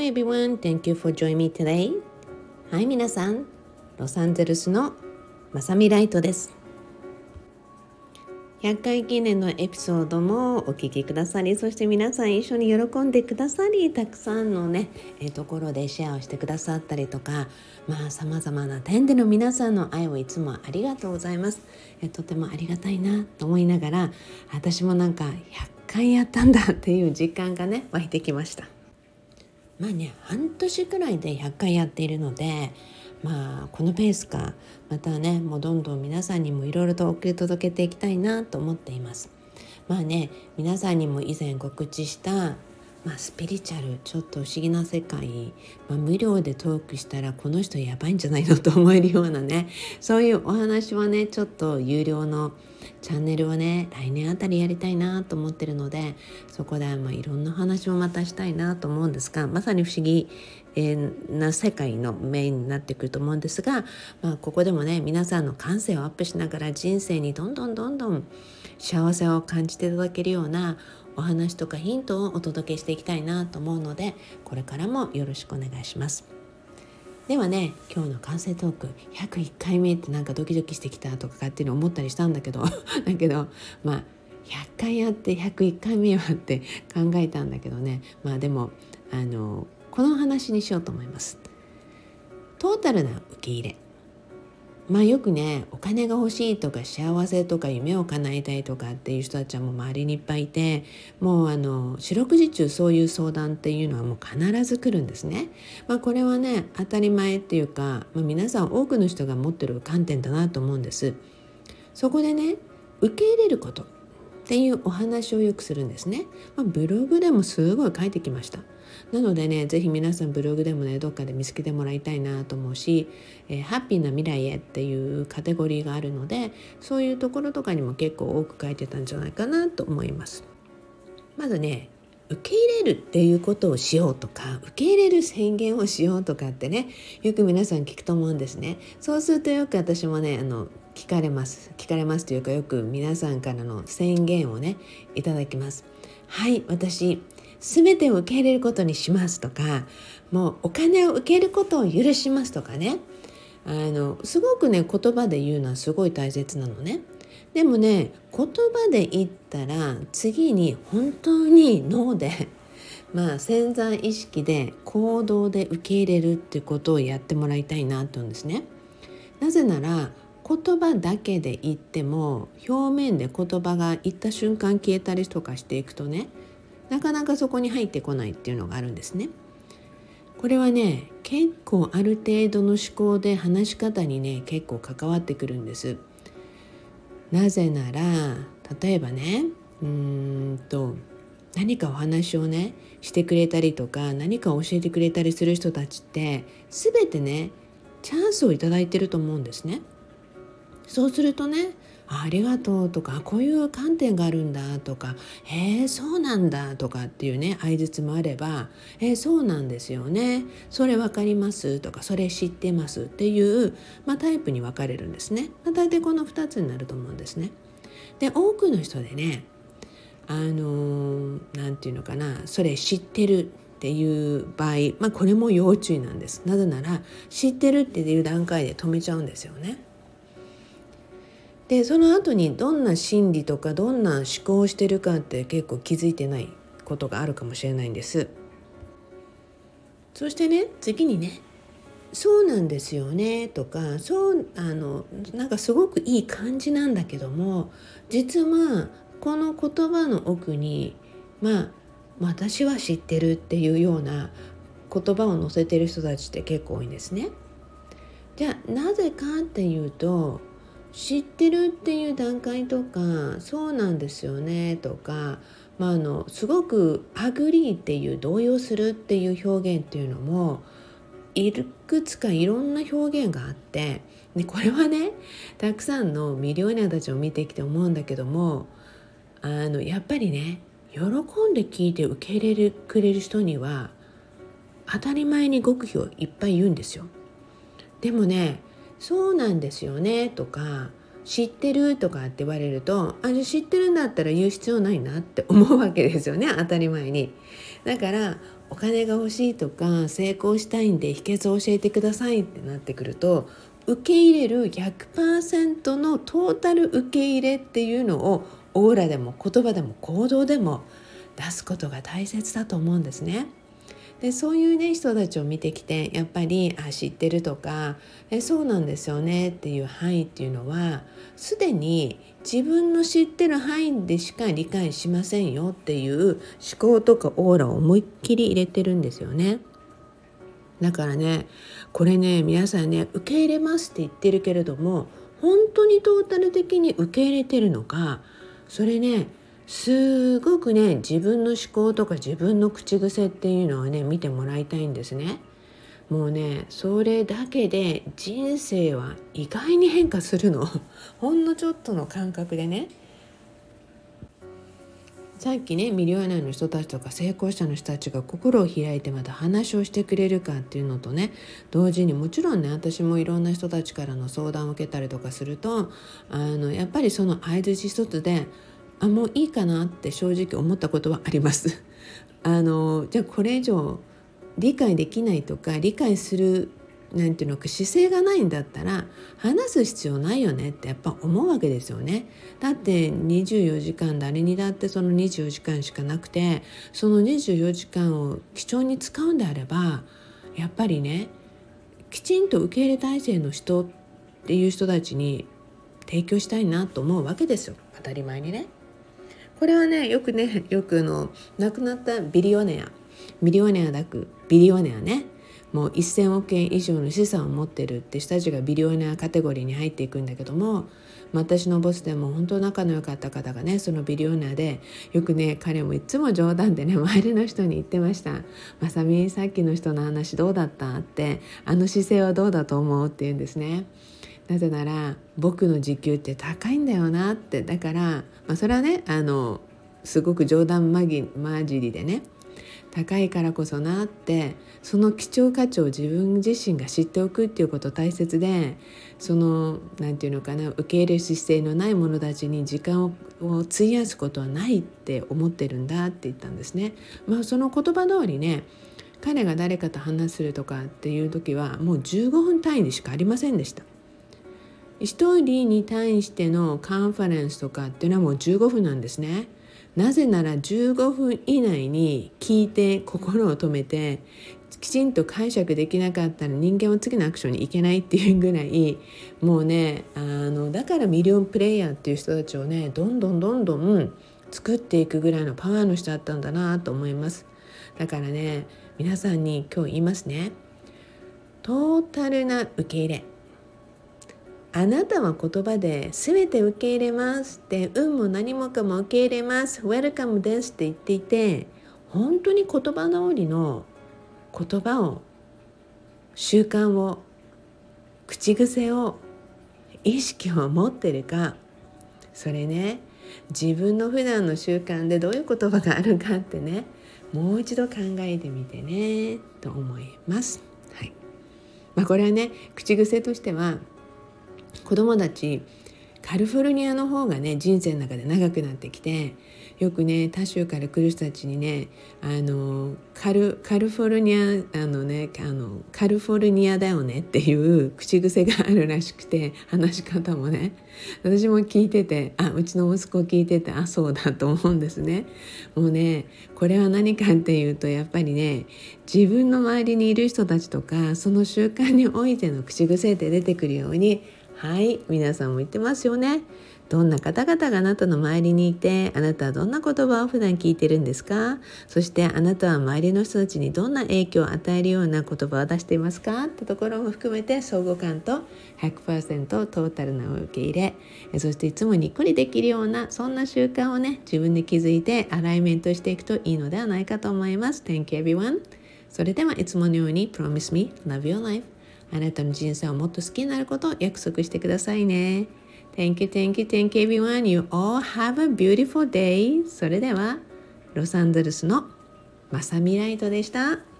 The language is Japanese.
everyone, thank you for joining me today. はい、皆さん、ロサンゼルスのまさみライトです。100回記念のエピソードもお聞きくださり、そして皆さん一緒に喜んでくださり、たくさんのね、ところでシェアをしてくださったりとか、様々な点での皆さんの愛をいつもありがとうございます。とてもありがたいなと思いながら、私もなんか100回やったんだっていう実感がね、湧いてきました。半年くらいで100回やっているので、このペースか、またね、もうどんどん皆さんにもいろいろと送り届けていきたいなと思っています。皆さんにも以前告知した、スピリチュアル、ちょっと不思議な世界、無料でトークしたらこの人やばいんじゃないのと思えるようなね、そういうお話はね、ちょっと有料のチャンネルをね、来年あたりやりたいなと思ってるので、そこでいろんな話もまたしたいなと思うんですが、まさに不思議な世界のメインになってくると思うんですが、ここでもね、皆さんの感性をアップしながら人生にどんどん幸せを感じていただけるようなお話とかヒントをお届けしていきたいなと思うので、これからもよろしくお願いします。ではね、今日の感性トーク101回目ってなんかドキドキしてきたとかっていうの思ったりしたんだけど100回やって101回目はって考えたんだけどね、でもこの話にしようと思います。トータルな受け入れ。よくね、お金が欲しいとか幸せとか夢を叶えたいとかっていう人たちはもう周りにいっぱいいて、もう四六時中そういう相談っていうのはもう必ず来るんですね。これはね、当たり前っていうか、皆さん多くの人が持ってる観点だなと思うんです。そこでね、受け入れることっていうお話をよくするんですね。ブログでもすごい書いてきました。なのでね、ぜひ皆さんブログでもね、どっかで見つけてもらいたいなと思うし、ハッピーな未来へっていうカテゴリーがあるので、そういうところとかにも結構多く書いてたんじゃないかなと思います。まずね、受け入れるっていうことをしようとか、受け入れる宣言をしようとかってね、よく皆さん聞くと思うんですね。そうするとよく私もね、聞かれますというか、よく皆さんからの宣言をね、いただきます。はい、私全てを受け入れることにしますとか、もうお金を受けることを許しますとかね、すごくね、言葉で言うのはすごい大切なのね。でもね、言葉で言ったら次に本当に脳で潜在意識で行動で受け入れるってことをやってもらいたいなと思うんですね。なぜなら言葉だけで言っても、表面で言葉が言った瞬間消えたりとかしていくとね、なかなかそこに入ってこないっていうのがあるんですね。これはね、結構ある程度の思考で話し方にね、結構関わってくるんです。なぜなら、例えばね、何かお話をねしてくれたりとか、何か教えてくれたりする人たちって全てね、チャンスをいただいてると思うんですね。そうするとね、ありがとうとか、こういう観点があるんだとか、そうなんだとかっていうね、相槌もあれば、そうなんですよね、それわかりますとか、それ知ってますっていう、タイプに分かれるんですね。大体この2つになると思うんですね。で、多くの人でね、なんていうのかな、それ知ってるっていう場合、これも要注意なんです。なぜなら知ってるっていう段階で止めちゃうんですよね。で、その後にどんな心理とかどんな思考をしてるかって結構気づいてないことがあるかもしれないんです。そしてね、次にね、そうなんですよねとか、なんかすごくいい感じなんだけども、実はこの言葉の奥に私は知ってるっていうような言葉を載せてる人たちって結構多いんですね。じゃあなぜかっていうと、知ってるっていう段階とか、そうなんですよねとか、すごくアグリーっていう動揺するっていう表現っていうのもいくつかいろんな表現があって、でこれはね、たくさんのミリオネアたちを見てきて思うんだけども、やっぱりね、喜んで聞いて受け入れてくれる人には当たり前に極秘をいっぱい言うんですよ。でもね、そうなんですよねとか、知ってるとかって言われると、じゃあ知ってるんだったら言う必要ないなって思うわけですよね、当たり前に。だからお金が欲しいとか成功したいんで秘訣を教えてくださいってなってくると、受け入れる 100% のトータル受け入れっていうのをオーラでも言葉でも行動でも出すことが大切だと思うんですね。でそういうね人たちを見てきて、やっぱり知ってるとかそうなんですよねっていう範囲っていうのは、すでに自分の知ってる範囲でしか理解しませんよっていう思考とかオーラを思いっきり入れてるんですよね。だからね、これね、皆さんね、受け入れますって言ってるけれども、本当にトータル的に受け入れてるのか、それね、すごくね、自分の思考とか自分の口癖っていうのをね、見てもらいたいんですね。もうね、それだけで人生は意外に変化するの。ほんのちょっとの感覚でね。さっきね、ミリオネアの人たちとか成功者の人たちが心を開いてまた話をしてくれるかっていうのとね、同時にもちろんね、私もいろんな人たちからの相談を受けたりとかすると、やっぱりその相槌一つでもういいかなって正直思ったことはあります。じゃあこれ以上理解できないとか理解するなんていうのか姿勢がないんだったら話す必要ないよねってやっぱ思うわけですよね。だって24時間誰にだってその24時間しかなくて、その24時間を貴重に使うんであれば、やっぱりね、きちんと受け入れ体制の人っていう人たちに提供したいなと思うわけですよ。当たり前にね。これはね、よく亡くなったビリオネアミリオネアだくビリオネアね、もう1000億円以上の資産を持ってるって人たちがビリオネアカテゴリーに入っていくんだけども、私のボスでも本当仲の良かった方がね、そのビリオネアで、よくね、彼もいつも冗談でね、周りの人に言ってました。まさみ、さっきの人の話どうだったって、あの姿勢はどうだと思うって言うんですね。なぜなら僕の時給って高いんだよなって。だから、それはね、すごく冗談交じりでね、高いからこそなって、その貴重価値を自分自身が知っておくっていうこと大切で、そのなんていうのかな、受け入れる姿勢のない者たちに時間を費やすことはないって思ってるんだって言ったんですね。その言葉通りね、彼が誰かと話するとかっていう時はもう15分単位でしかありませんでした。一人に対してのカンファレンスとかっていうのはもう15分なんですね。なぜなら15分以内に聞いて心を止めてきちんと解釈できなかったら人間は次のアクションに行けないっていうぐらい、もうね、だからミリオンプレイヤーっていう人たちをね、どんどん作っていくぐらいのパワーの人だったんだなと思います。だからね、皆さんに今日言いますね。トータルな受け入れ。あなたは言葉で全て受け入れますって、運も何もかも受け入れます、ウェルカムですって言っていて、本当に言葉通りの言葉を、習慣を、口癖を、意識を持ってるか。それね、自分の普段の習慣でどういう言葉があるかってね、もう一度考えてみてねと思います。はい。これはね、口癖としては、子供たちカリフォルニアの方がね、人生の中で長くなってきて、よくね、他州から来る人たちにね、カリフォルニアカリフォルニアだよねっていう口癖があるらしくて、話し方もね、私も聞いてて、うちの息子聞いてて、そうだと思うんですね。もうね、これは何かっていうと、やっぱりね、自分の周りにいる人たちとか、その習慣においての口癖って出てくるように、はい、皆さんも言ってますよね。どんな方々があなたの周りにいて、あなたはどんな言葉を普段聞いてるんですか？そしてあなたは周りの人たちにどんな影響を与えるような言葉を出していますかってところも含めて、相互感と 100% トータルな受け入れ、そしていつもにっこりできるような、そんな習慣をね、自分で気づいてアライメントしていくといいのではないかと思います。 Thank you everyone。 それではいつものように Promise me love your life。あなたの人生をもっと好きになることを約束してくださいね。Thank you everyone. You all have a beautiful day. それでは、ロサンゼルスのまさみライトでした。